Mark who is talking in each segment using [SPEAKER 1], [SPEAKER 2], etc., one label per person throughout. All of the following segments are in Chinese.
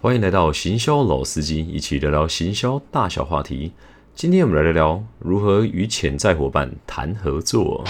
[SPEAKER 1] 欢迎来到行销老司机，一起聊聊行销大小话题。今天我们来聊聊如何与潜在伙伴谈合作。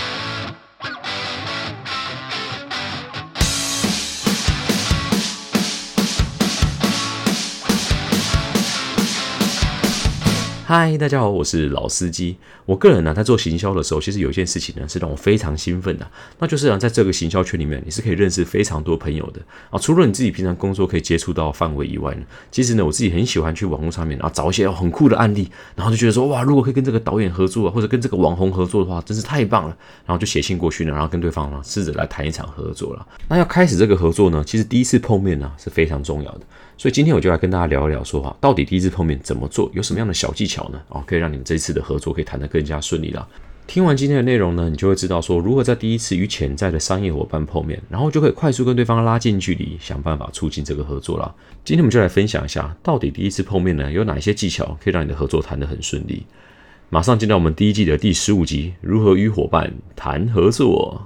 [SPEAKER 1] 嗨，大家好，我是老司机。我个人呢，在做行销的时候，其实有一件事情呢，是让我非常兴奋的，那就是呢，在这个行销圈里面，你是可以认识非常多朋友的啊。除了你自己平常工作可以接触到范围以外呢，其实呢，我自己很喜欢去网络上面找一些很酷的案例，然后就觉得说，哇，如果可以跟这个导演合作啊，或者跟这个网红合作的话，真是太棒了。然后就写信过去呢，然后跟对方呢，试着来谈一场合作了。那要开始这个合作呢，其实第一次碰面呢是非常重要的。所以今天我就来跟大家聊一聊说到底第一次碰面怎么做，有什么样的小技巧呢？可以让你们这一次的合作可以谈得更加顺利啦。听完今天的内容呢，你就会知道说如何在第一次与潜在的商业伙伴碰面，然后就可以快速跟对方拉近距离，想办法促进这个合作啦。今天我们就来分享一下，到底第一次碰面呢有哪一些技巧可以让你的合作谈得很顺利。马上进到我们第一季的第15集，如何与伙伴谈合作。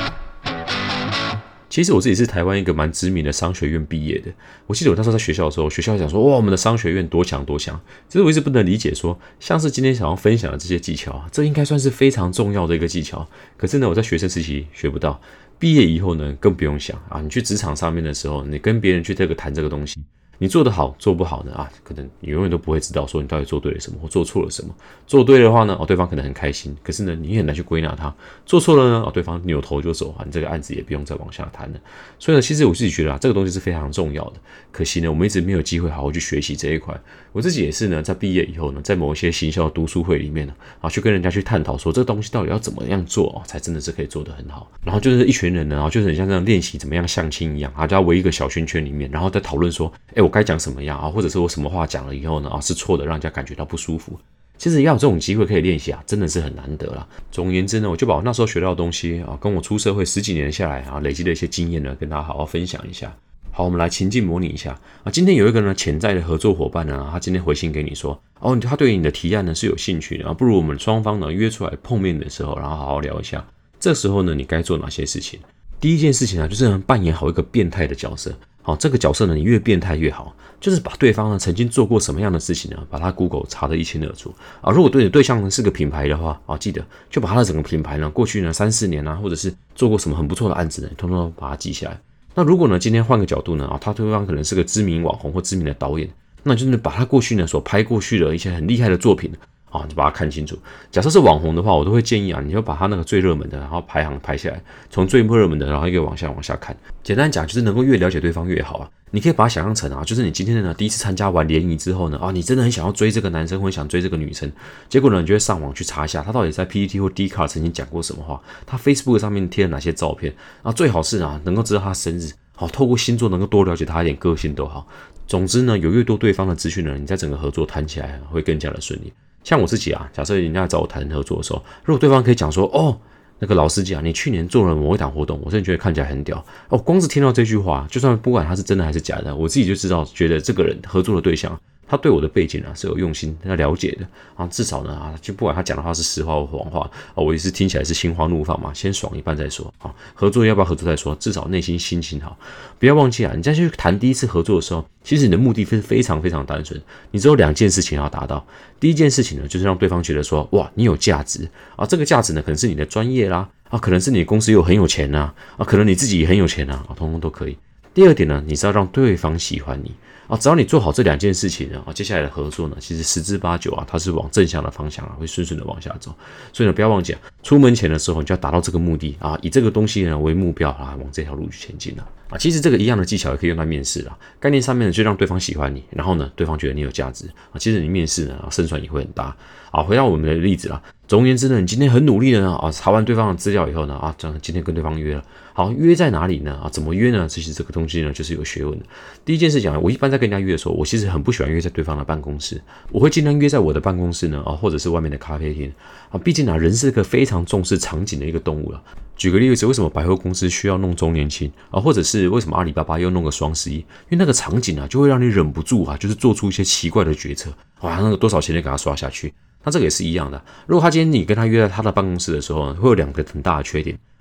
[SPEAKER 1] 其实我自己是台湾一个蛮知名的商学院毕业的。我记得我那时候在学校的时候，学校讲说哇，我们的商学院多强多强。只是我一直不能理解说，像是今天想要分享的这些技巧，这应该算是非常重要的一个技巧。可是呢，我在学生时期学不到，毕业以后呢，更不用想啊。你去职场上面的时候，你跟别人去谈这个东西。你做得好做不好呢可能你永远都不会知道说你到底做对了什么或做错了什么。做对的话呢对方可能很开心，可是呢你也很难去归纳它。做错了呢对方扭头就走你这个案子也不用再往下谈了。所以呢其实我自己觉得这个东西是非常重要的，可惜呢我们一直没有机会好好去学习这一块。我自己也是呢在毕业以后呢，在某一些行销的读书会里面呢去跟人家去探讨说这个东西到底要怎么样做才真的是可以做得很好。然后就是一群人呢就是很像这样练习怎么样相亲一样就要围一个小圈圈里面，然后再讨论说我该讲什么样或者是我什么话讲了以后呢是错的，让人家感觉到不舒服。其实要有这种机会可以练习真的是很难得啦。总而言之呢，我就把我那时候学到的东西跟我出社会10几年下来累积的一些经验呢，跟大家好好分享一下。好，我们来情境模拟一下今天有一个呢潜在的合作伙伴呢，他今天回信给你说他对你的提案呢是有兴趣的不如我们双方呢约出来碰面的时候，然后好好聊一下。这时候呢，你该做哪些事情？第一件事情就是扮演好一个变态的角色。这个角色呢，你越变态越好，就是把对方呢曾经做过什么样的事情呢，把他 Google 查得一清二楚如果对你对象呢是个品牌的话记得就把他的整个品牌呢，过去呢3-4年或者是做过什么很不错的案子呢，通通把它记下来。那如果呢今天换个角度呢他对方可能是个知名网红或知名的导演，那就是把他过去呢所拍过去的一些很厉害的作品就把它看清楚。假设是网红的话，我都会建议你就把他那个最热门的，然后排行排下来，从最热门的，然后一个往下看。简单讲，就是能够越了解对方越好你可以把它想象成就是你今天呢第一次参加完联谊之后呢你真的很想要追这个男生或者想追这个女生，结果呢你就会上网去查一下他到底在 PTT 或 Dcard 曾经讲过什么话，他 Facebook 上面贴了哪些照片最好是能够知道他生日透过星座能够多了解他一点个性都好。总之呢，有越多对方的资讯呢，你在整个合作谈起来会更加的顺利。像我自己假设人家找我谈合作的时候，如果对方可以讲说那个老司机你去年做了某一档活动，我真的觉得看起来很屌光是听到这句话，就算不管他是真的还是假的，我自己就知道觉得这个人合作的对象他对我的背景是有用心要了解的至少呢就不管他讲的话是实话或谎话我也是听起来是心花怒放嘛，先爽一半再说合作要不要合作再说，至少内心心情好。不要忘记你再去谈第一次合作的时候，其实你的目的是非常非常单纯，你只有2件事情要达到。第一件事情呢，就是让对方觉得说哇你有价值这个价值呢可能是你的专业啦可能是你公司又很有钱可能你自己也很有钱通通都可以。第二点呢，你是要让对方喜欢你只要你做好这2件事情接下来的合作呢，其实10之8九它是往正向的方向会顺顺的往下走。所以呢，不要忘记出门前的时候你就要达到这个目的以这个东西呢为目标往这条路去前进其实这个一样的技巧也可以用在面试概念上面呢就让对方喜欢你，然后呢对方觉得你有价值其实你面试呢胜算也会很大回到我们的例子总而言之呢，你今天很努力的查完对方的资料以后呢今天跟对方约了。好，约在哪里呢怎么约呢？其实这个东西呢就是有学问的。第一件事情我一般在跟人家约的时候，我其实很不喜欢约在对方的办公室，我会尽量约在我的办公室呢或者是外面的咖啡厅毕竟人是一个非常重视场景的一个动物举个例子，为什么百货公司需要弄周年庆或者是为什么阿里巴巴又弄个双11？因为那个场景就会让你忍不住就是做出一些奇怪的决策那个多少钱就给他刷下去。那这个也是一样的，如果他今天你跟他约在他的办公室的时候会有2个很大的缺点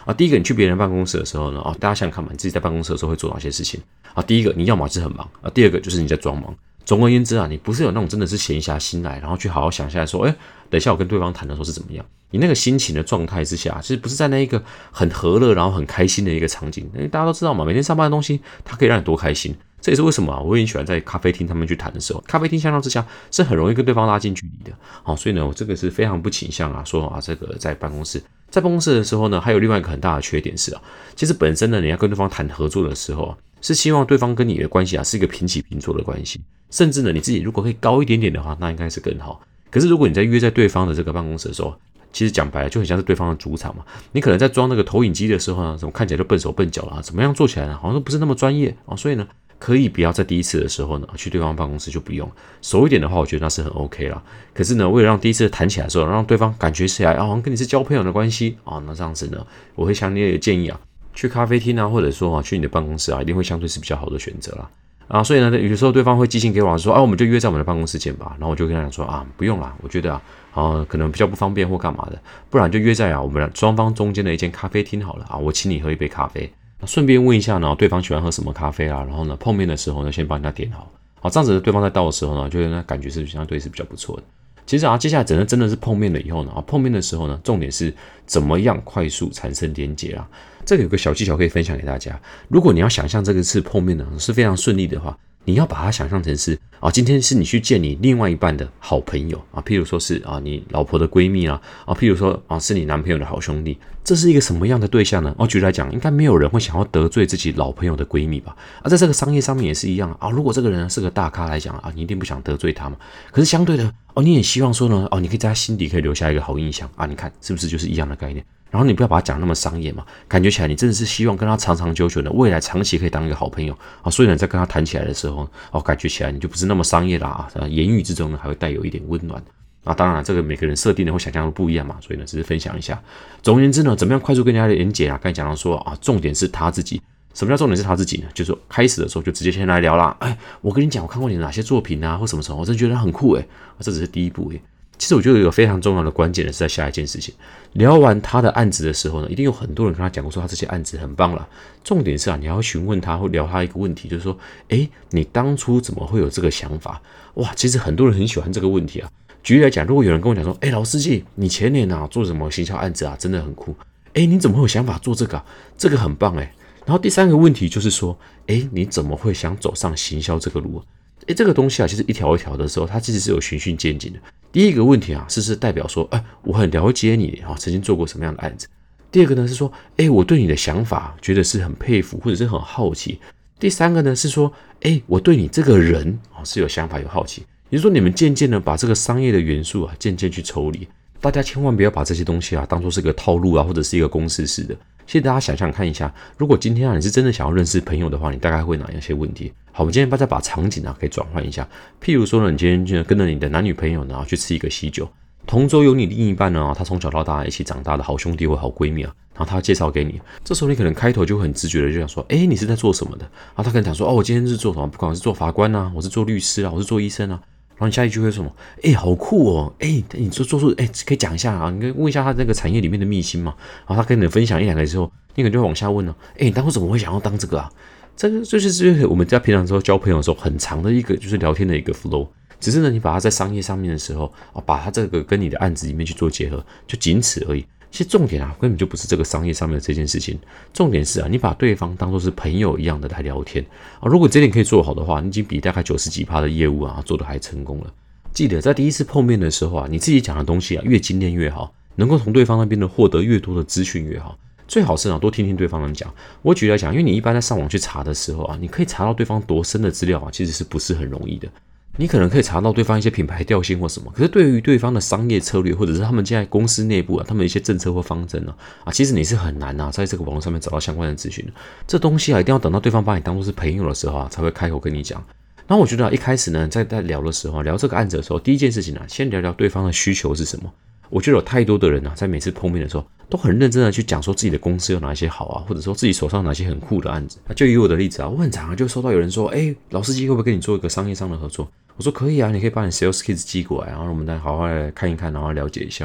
[SPEAKER 1] 第一个，你去别人办公室的时候呢，大家想想看嘛，你自己在办公室的时候会做哪些事情第一个，你要么是很忙第二个就是你在装忙。总而言之你不是有那种真的是闲下心来，然后去好好想下来说，等一下我跟对方谈的时候是怎么样？你那个心情的状态之下，其实不是在那一个很和乐然后很开心的一个场景。因为大家都知道嘛，每天上班的东西它可以让你多开心。这也是为什么我很喜欢在咖啡厅他们去谈的时候，咖啡厅相较之下是很容易跟对方拉近距离的。所以呢，我这个是非常不倾向说这个在办公室的时候呢，还有另外一个很大的缺点是其实本身呢，你要跟对方谈合作的时候是希望对方跟你的关系是一个平起平坐的关系，甚至呢，你自己如果可以高一点点的话，那应该是更好。可是如果你在约在对方的这个办公室的时候，其实讲白了就很像是对方的主场嘛。你可能在装那个投影机的时候呢，怎么看起来就笨手笨脚啦，怎么样做起来呢，好像都不是那么专业所以呢，可以不要在第一次的时候呢去对方办公室就不用，熟一点的话，我觉得那是很 OK 啦。可是呢，为了让第一次谈起来的时候，让对方感觉起来好像跟你是交朋友的关系那这样子呢，我会强烈的建议去咖啡厅或者说去你的办公室一定会相对是比较好的选择啦。所以呢，有的时候对方会寄信给我说我们就约在我们的办公室见吧。然后我就跟他讲说不用啦，我觉得可能比较不方便或干嘛的，不然就约在我们双方中间的一间咖啡厅好了我请你喝一杯咖啡。顺便问一下呢，对方喜欢喝什么咖啡然后呢，碰面的时候呢，先帮人家点好，这样子对方在到的时候呢，就那感觉是相对是比较不错的。其实接下来真的是碰面了以后呢碰面的时候呢，重点是怎么样快速产生连结这个有个小技巧可以分享给大家。如果你要想象这个次碰面呢是非常顺利的话，你要把它想象成是今天是你去见你另外一半的好朋友譬如说是你老婆的闺蜜譬如说是你男朋友的好兄弟。这是一个什么样的对象呢？举例来讲，应该没有人会想要得罪自己老朋友的闺蜜吧？在这个商业上面也是一样如果这个人是个大咖来讲你一定不想得罪他嘛。可是相对的你也希望说呢你可以在他心底可以留下一个好印象你看是不是就是一样的概念？然后你不要把它讲那么商业嘛，感觉起来你真的是希望跟他长长久久的未来长期可以当一个好朋友所以呢，在跟他谈起来的时候感觉起来你就不是那么商业啦言语之中呢还会带有一点温暖当然这个每个人设定的或想象都不一样嘛，所以呢只是分享一下。总而言之呢，怎么样快速跟人家连结刚才讲到说重点是他自己。什么叫重点是他自己呢？就是说开始的时候就直接先来聊啦我跟你讲我看过你的哪些作品或什么什么，我真的觉得很酷这只是第一步其实我觉得有非常重要的关键的是在下一件事情。聊完他的案子的时候呢，一定有很多人跟他讲过说他这些案子很棒啦。重点是你要询问他或聊他一个问题，就是说你当初怎么会有这个想法？其实很多人很喜欢这个问题举例来讲，如果有人跟我讲说老司机你前年做什么行销案子真的很酷你怎么会有想法做这个这个很棒然后第三个问题就是说你怎么会想走上行销这个路这个东西其实一条一条的时候它其实是有循序渐进的。第一个问题是代表说我很了解你曾经做过什么样的案子。第二个呢是说我对你的想法觉得是很佩服或者是很好奇。第三个呢是说我对你这个人是有想法有好奇。也就是说你们渐渐的把这个商业的元素渐渐去抽离。大家千万不要把这些东西当作是个套路或者是一个公式式的。其实大家想想看一下，如果今天你是真的想要认识朋友的话，你大概会哪一些问题？好，我们今天再把场景可以转换一下。譬如说呢，你今天就跟着你的男女朋友呢去吃一个喜酒，同桌有你另一半呢，他从小到大一起长大的好兄弟或好闺蜜然后他介绍给你。这时候你可能开头就会很直觉的就想说你是在做什么的？然后他可能讲说我今天是做什么，不管我是做法官我是做律师我是做医生然后你下一句会说什么？好酷哦！你做出可以讲一下你可以问一下他那个产业里面的秘辛嘛。然后他跟你分享一两个之后，你可能就会往下问你当初怎么会想要当这个这个就是我们在平常时候交朋友的时候很长的一个就是聊天的一个 flow。只是呢，你把它在商业上面的时候把它这个跟你的案子里面去做结合，就仅此而已。其实重点根本就不是这个商业上面的这件事情，重点是你把对方当作是朋友一样的来聊天如果这点可以做好的话，你已经比大概90%几的业务做得还成功了。记得在第一次碰面的时候你自己讲的东西越精炼越好，能够从对方那边的获得越多的资讯越好。最好是多听听对方人讲。我举例来讲，因为你一般在上网去查的时候你可以查到对方多深的资料其实是不是很容易的。你可能可以查到对方一些品牌调性或什么，可是对于对方的商业策略，或者是他们现在公司内部他们的一些政策或方针其实你是很难在这个网络上面找到相关的资讯的。这东西一定要等到对方把你当作是朋友的时候才会开口跟你讲。然后我觉得一开始呢，在聊的时候，聊这个案子的时候，第一件事情先聊聊对方的需求是什么。我觉得有太多的人在每次碰面的时候都很认真的去讲说自己的公司有哪些好或者说自己手上有哪些很酷的案子。就以我的例子我很常就收到有人说老司机会不会跟你做一个商业上的合作？我说可以你可以把你 sales kits 寄过来，然后我们再好好来看一看，然后了解一下。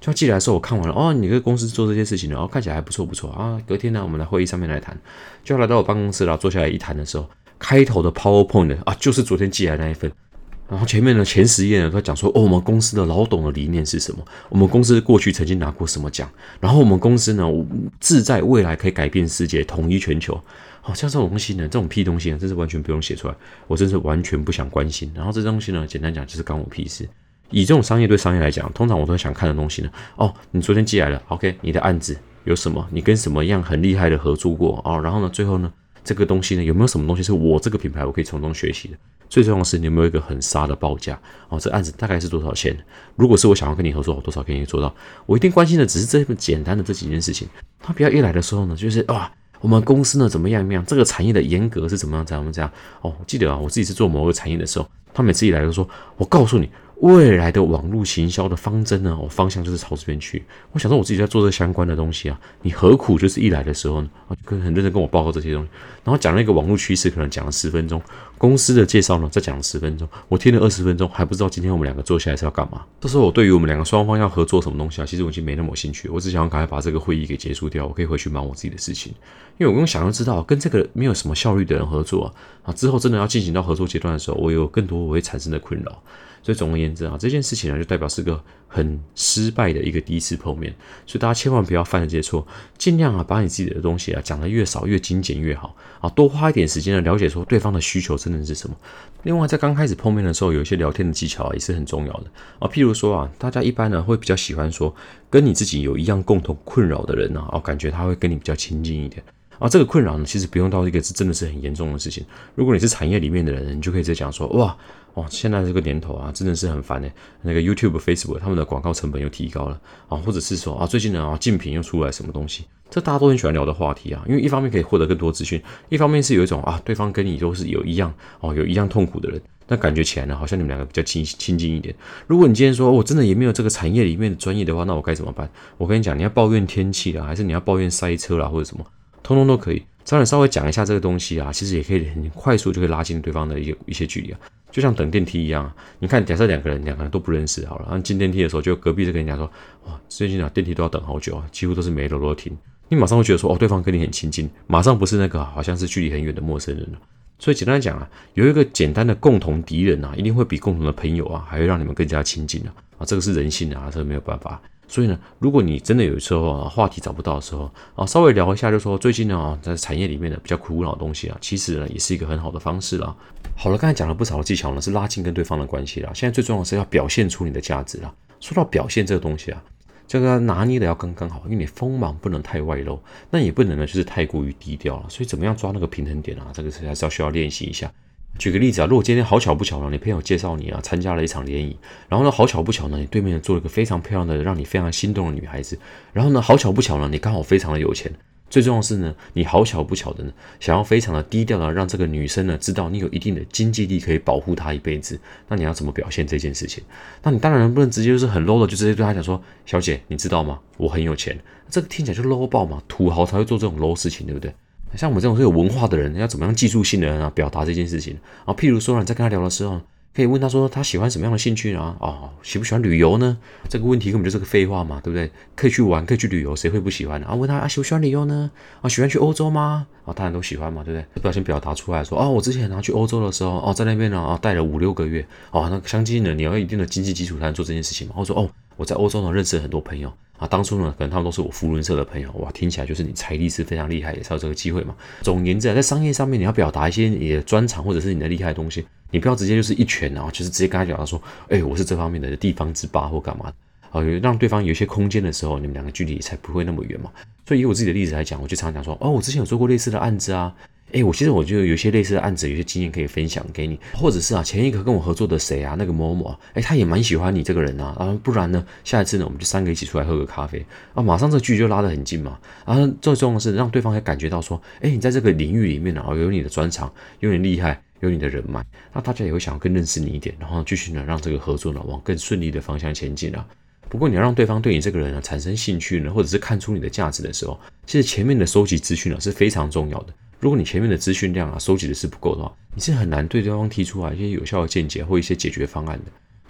[SPEAKER 1] 就寄来的时候，我看完了，哦，你这个公司做这些事情的，哦，看起来还不错不错啊。隔天呢，我们来会议上面来谈，就来到我办公室了，坐下来一谈的时候，开头的 PowerPoint 啊，就是昨天寄来的那一份。然后前面的前10页呢，他讲说，哦，我们公司的老董的理念是什么？我们公司过去曾经拿过什么奖？然后我们公司呢，志在未来可以改变世界，统一全球。好像这种东西呢，这种屁东西呢，真是完全不用写出来，我真是完全不想关心。然后这东西呢，简单讲就是干我屁事。以这种商业对商业来讲，通常我都想看的东西呢，哦，你昨天寄来了 ，OK， 你的案子有什么？你跟什么样很厉害的合作过哦？然后呢，最后呢，这个东西呢，有没有什么东西是我这个品牌我可以从中学习的？最重要的是，你有没有一个很杀的报价？哦，这案子大概是多少钱？如果是我想要跟你合作，我多少可以做到？我一定关心的只是这么简单的这几件事情。他不要一来的时候呢，就是哇，我们公司呢怎么样怎么样？这个产业的严格是怎么样？怎么样？哦，我记得啊，我自己是做某个产业的时候，他每次一来就说，我告诉你。未来的网络行销的方针呢，方向就是朝这边去。我想说我自己在做这相关的东西啊，你何苦就是一来的时候呢，就很认真跟我报告这些东西，然后讲了一个网络趋势，可能讲了10分钟，公司的介绍呢再讲了10分钟，我听了20分钟，还不知道今天我们两个坐下来是要干嘛。这时候我对于我们两个双方要合作什么东西啊，其实我已经没那么有兴趣，我只想要赶快把这个会议给结束掉，我可以回去忙我自己的事情。因为我用想要知道跟这个没有什么效率的人合作啊，之后真的要进行到合作阶段的时候，我有更多我会产生的困扰。所以总而言之啊，这件事情呢，就代表是个很失败的一个第一次碰面，所以大家千万不要犯了这些错，尽量啊把你自己的东西啊讲得越少越精简越好啊，多花一点时间呢了解说对方的需求真的是什么。另外在刚开始碰面的时候，有一些聊天的技巧也是很重要的啊，譬如说啊，大家一般呢会比较喜欢说跟你自己有一样共同困扰的人啊，感觉他会跟你比较亲近一点。这个困扰呢，其实不用到一个真的是很严重的事情。如果你是产业里面的人，你就可以直接讲说，哇，现在这个年头啊，真的是很烦欸。那个 YouTube、Facebook 他们的广告成本又提高了啊，或者是说最近呢竞品又出来什么东西，这大家都很喜欢聊的话题啊。因为一方面可以获得更多资讯，一方面是有一种对方跟你都是有一样痛苦的人。但感觉起来呢，好像你们两个比较亲近一点。如果你今天说我真的也没有这个产业里面的专业的话，那我该怎么办？我跟你讲，你要抱怨天气啦，还是你要抱怨塞车啦，或者什么？通通都可以，只要你稍微讲一下这个东西啊，其实也可以很快速就可以拉近对方的一些距离啊，就像等电梯一样啊。你看，假设两个人都不认识好了，然后进电梯的时候，就隔壁就跟人家说，哇，最近电梯都要等好久啊，几乎都是每一楼都停。你马上会觉得说，对方跟你很亲近，马上不是那个好像是距离很远的陌生人了。所以简单来讲啊，有一个简单的共同敌人啊，一定会比共同的朋友啊，还会让你们更加亲近啊，这个是人性啊，这个没有办法。所以呢，如果你真的有时候话题找不到的时候稍微聊一下，就说最近呢在产业里面的比较苦恼的东西啊，其实呢也是一个很好的方式啦。好了，刚才讲了不少的技巧呢，是拉近跟对方的关系啦。现在最重要的是要表现出你的价值啦。说到表现这个东西啊，这个拿捏的要刚刚好，因为你锋芒不能太外露，那也不能呢就是太过于低调了。所以怎么样抓那个平衡点啊，这个还是要需要练习一下。举个例子啊，如果今天好巧不巧呢，你朋友介绍你参加了一场联谊，然后呢好巧不巧呢，你对面坐了一个非常漂亮的让你非常心动的女孩子，然后呢好巧不巧呢，你刚好非常的有钱，最重要的是呢，你好巧不巧的呢，想要非常的低调的让这个女生呢知道你有一定的经济力可以保护她一辈子，那你要怎么表现这件事情？那你当然不能直接就是很 low 的就直接对她讲说，小姐你知道吗？我很有钱，这个听起来就 low 爆嘛，土豪才会做这种 low 事情，对不对？像我们这种是有文化的人，要怎么样技术性的人表达这件事情譬如说你在跟他聊的时候，可以问他说他喜欢什么样的兴趣喜不喜欢旅游呢？这个问题根本就是个废话嘛，对不对？可以去玩，可以去旅游，谁会不喜欢问他喜不喜欢旅游呢？喜欢去欧洲吗？当然都喜欢嘛，对不对？不小心表达出来说我之前去欧洲的时候在那边呢待了5-6个月那相信呢你要有一定的经济基础才能做这件事情嘛，或者说我在欧洲呢认识了很多朋友当初呢可能他们都是我扶轮社的朋友，哇，听起来就是你财力是非常厉害，也才有这个机会嘛。总而言之在商业上面你要表达一些你的专长或者是你的厉害的东西，你不要直接就是一拳就是直接跟他讲说我是这方面的地方之霸或干嘛让对方有一些空间的时候，你们两个距离才不会那么远嘛。所以以我自己的例子来讲，我就常常讲说我之前有做过类似的案子其实我就有些类似的案子，有些经验可以分享给你，或者是前一个跟我合作的谁那个某某他也蛮喜欢你这个人不然呢，下一次呢我们就3个一起出来喝个咖啡马上这个距离就拉得很近嘛。最重要的是让对方也感觉到说，你在这个领域里面有你的专长，有你厉害，有你的人脉，那大家也会想要更认识你一点，然后继续呢让这个合作呢往更顺利的方向前进不过你要让对方对你这个人产生兴趣呢，或者是看出你的价值的时候，其实前面的收集资讯是非常重要的。如果你前面的资讯量收集的是不够的话，你是很难对对方提出来一些有效的见解或一些解决方案的。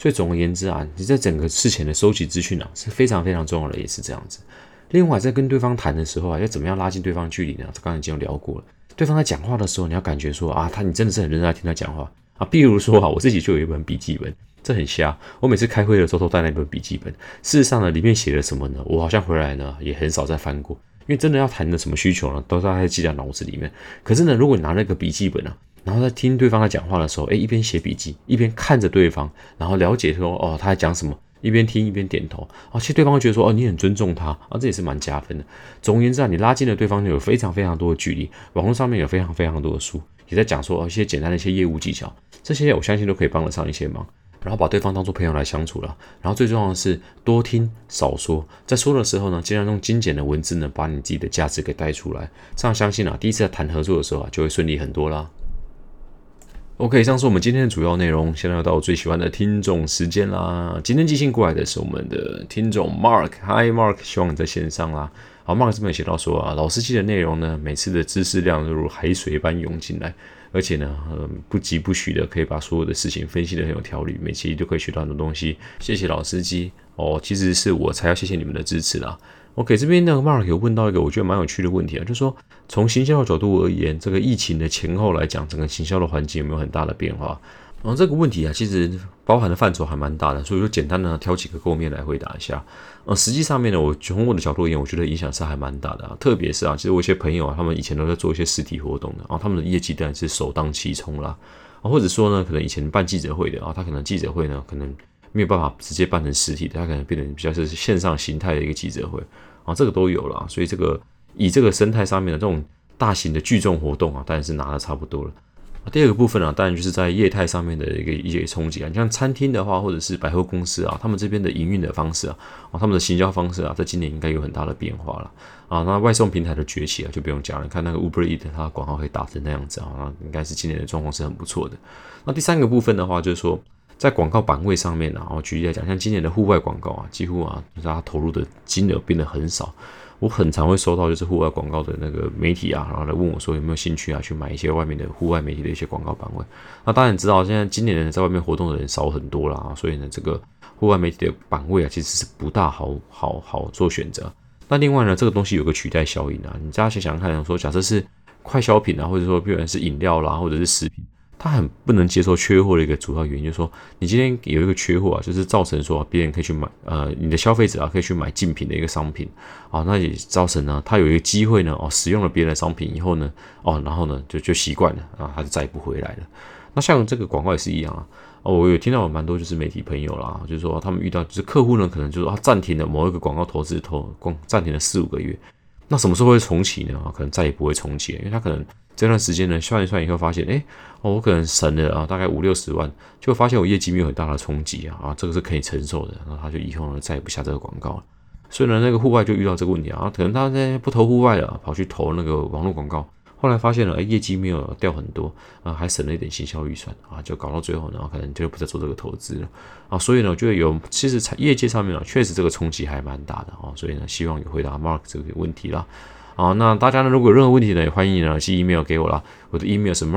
[SPEAKER 1] 所以总而言之啊，你在整个事前的收集资讯啊是非常非常重要的，也是这样子。另外在跟对方谈的时候啊，要怎么样拉近对方的距离呢？刚才已经有聊过了。对方在讲话的时候，你要感觉说啊，你真的是很认真在听他讲话啊。比如说啊，我自己就有一本笔记本，这很瞎。我每次开会的时候都带那本笔记本。事实上呢，里面写了什么呢？我好像回来呢也很少再翻过，因为真的要谈的什么需求呢，都大概记在脑子里面。可是呢，如果你拿那个笔记本啊，然后在听对方在讲话的时候，一边写笔记，一边看着对方，然后了解说他在讲什么。一边听一边点头啊，其实对方会觉得说你很尊重他啊，这也是蛮加分的。总而言之啊，你拉近了对方有非常非常多的距离，网络上面有非常非常多的书也在讲说一些简单的一些业务技巧，这些我相信都可以帮得上一些忙。然后把对方当作朋友来相处了，然后最重要的是多听少说，在说的时候呢，尽量用精简的文字呢，把你自己的价值给带出来，这样相信啊，第一次在谈合作的时候啊，就会顺利很多啦。OK， 以上是我们今天的主要内容。现在要到我最喜欢的听众时间啦。今天寄信过来的是我们的听众 Mark，Hi Mark， 希望你在线上啦。好 ，Mark 这边写到说啊，老司机的内容呢，每次的知识量都如海水般涌进来，而且呢，不疾不徐的可以把所有的事情分析得很有条理，每期都可以学到很多东西。谢谢老司机哦，其实是我才要谢谢你们的支持啦。OK， 这边呢 Mark 有问到一个我觉得蛮有趣的问题啊，就是说从行销的角度而言，这个疫情的前后来讲，整个行销的环境有没有很大的变化？这个问题啊，其实包含的范畴还蛮大的，所以就简单的挑几个构面来回答一下。实际上面呢，从我的角度而言，我觉得影响是还蛮大的啊。特别是啊，其实我一些朋友啊，他们以前都在做一些实体活动的啊，他们的业绩当然是首当其冲啦。或者说呢，可能以前办记者会的啊，他可能记者会呢，可能没有办法直接办成实体的，他可能变成比较是线上形态的一个记者会啊，这个都有了。所以以这个生态上面的这种大型的聚众活动啊，当然是拿的差不多了。第二个部分啊，当然就是在业态上面的一些冲击啊。你像餐厅的话，或者是百货公司啊，他们这边的营运的方式啊，他们的行销方式啊，在今年应该有很大的变化了啊。那外送平台的崛起啊，就不用讲了。看那个 Uber Eats， 它的广告可以打成那样子啊，应该是今年的状况是很不错的。那第三个部分的话，就是说在广告版位上面啊，举例来讲，像今年的户外广告啊，几乎啊，大家投入的金额变得很少。我很常会收到就是户外广告的那个媒体啊，然后来问我说有没有兴趣啊，去买一些外面的户外媒体的一些广告版位。那当然知道现在今年在外面活动的人少很多啦，所以呢，这个户外媒体的版位啊，其实是不大好做选择。那另外呢，这个东西有个取代效应啊，你大家想想看，说假设是快消品啊，或者说比如是饮料啦，或者是食品。他很不能接受缺货的一个主要原因，就是说你今天有一个缺货啊，就是造成说别人可以去买，你的消费者啊可以去买竞品的一个商品啊，那也造成呢，他有一个机会呢，使用了别人的商品以后呢，然后呢就习惯了啊，他就再也不回来了。那像这个广告也是一样啊，我有听到蛮多就是媒体朋友啦，就是说他们遇到就是客户呢，可能就是他暂停了某一个广告投资，暂停了4-5个月，那什么时候会重启呢？可能再也不会重启了，因为他可能这段时间呢算一算以后发现，我可能省了大概50-60万，就发现我业绩没有很大的冲击啊，这个是可以承受的，然后他就以后呢再也不下这个广告了。所以呢，那个户外就遇到这个问题啊，可能他在不投户外了，跑去投那个网络广告，后来发现了，业绩没有掉很多啊，还省了一点行销预算啊，就搞到最后呢，可能就不再做这个投资了啊。所以呢，我觉得其实业界上面啊，确实这个冲击还蛮大的啊。所以呢，希望有回答 Mark 这个问题啦。好，那大家呢，如果有任何问题呢，也欢迎呢寄 email 给我啦。我的 email 是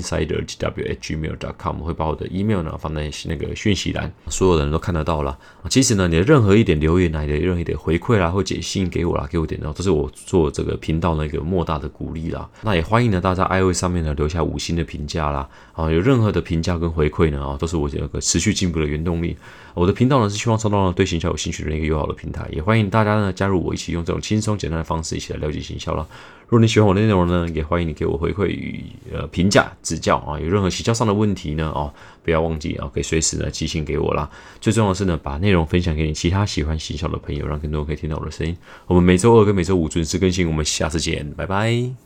[SPEAKER 1] marketinginsider@gmail.com， 我会把我的 email 呢放在那个讯息栏，所有人都看得到啦。其实呢，你的任何一点留言你的任何一点回馈啦，或写信给我啦，给我点都是我做这个频道的一个莫大的鼓励啦。那也欢迎呢大家在 iOS 上面呢留下5星的评价啦。有任何的评价跟回馈呢，都是我这个持续进步的原动力。我的频道呢是希望收到对行销有兴趣的人一个友好的平台，也欢迎大家呢加入我一起用这种轻松简单的方式一起来了解行销啦。如果你喜欢我的内容呢，也欢迎你给我回馈与评价指教啊。有任何行销上的问题呢，不要忘记可以随时呢寄信给我啦。最重要的是呢，把内容分享给你其他喜欢行销的朋友，让更多人可以听到我的声音。我们每周2跟每周5准时更新，我们下次见，拜拜。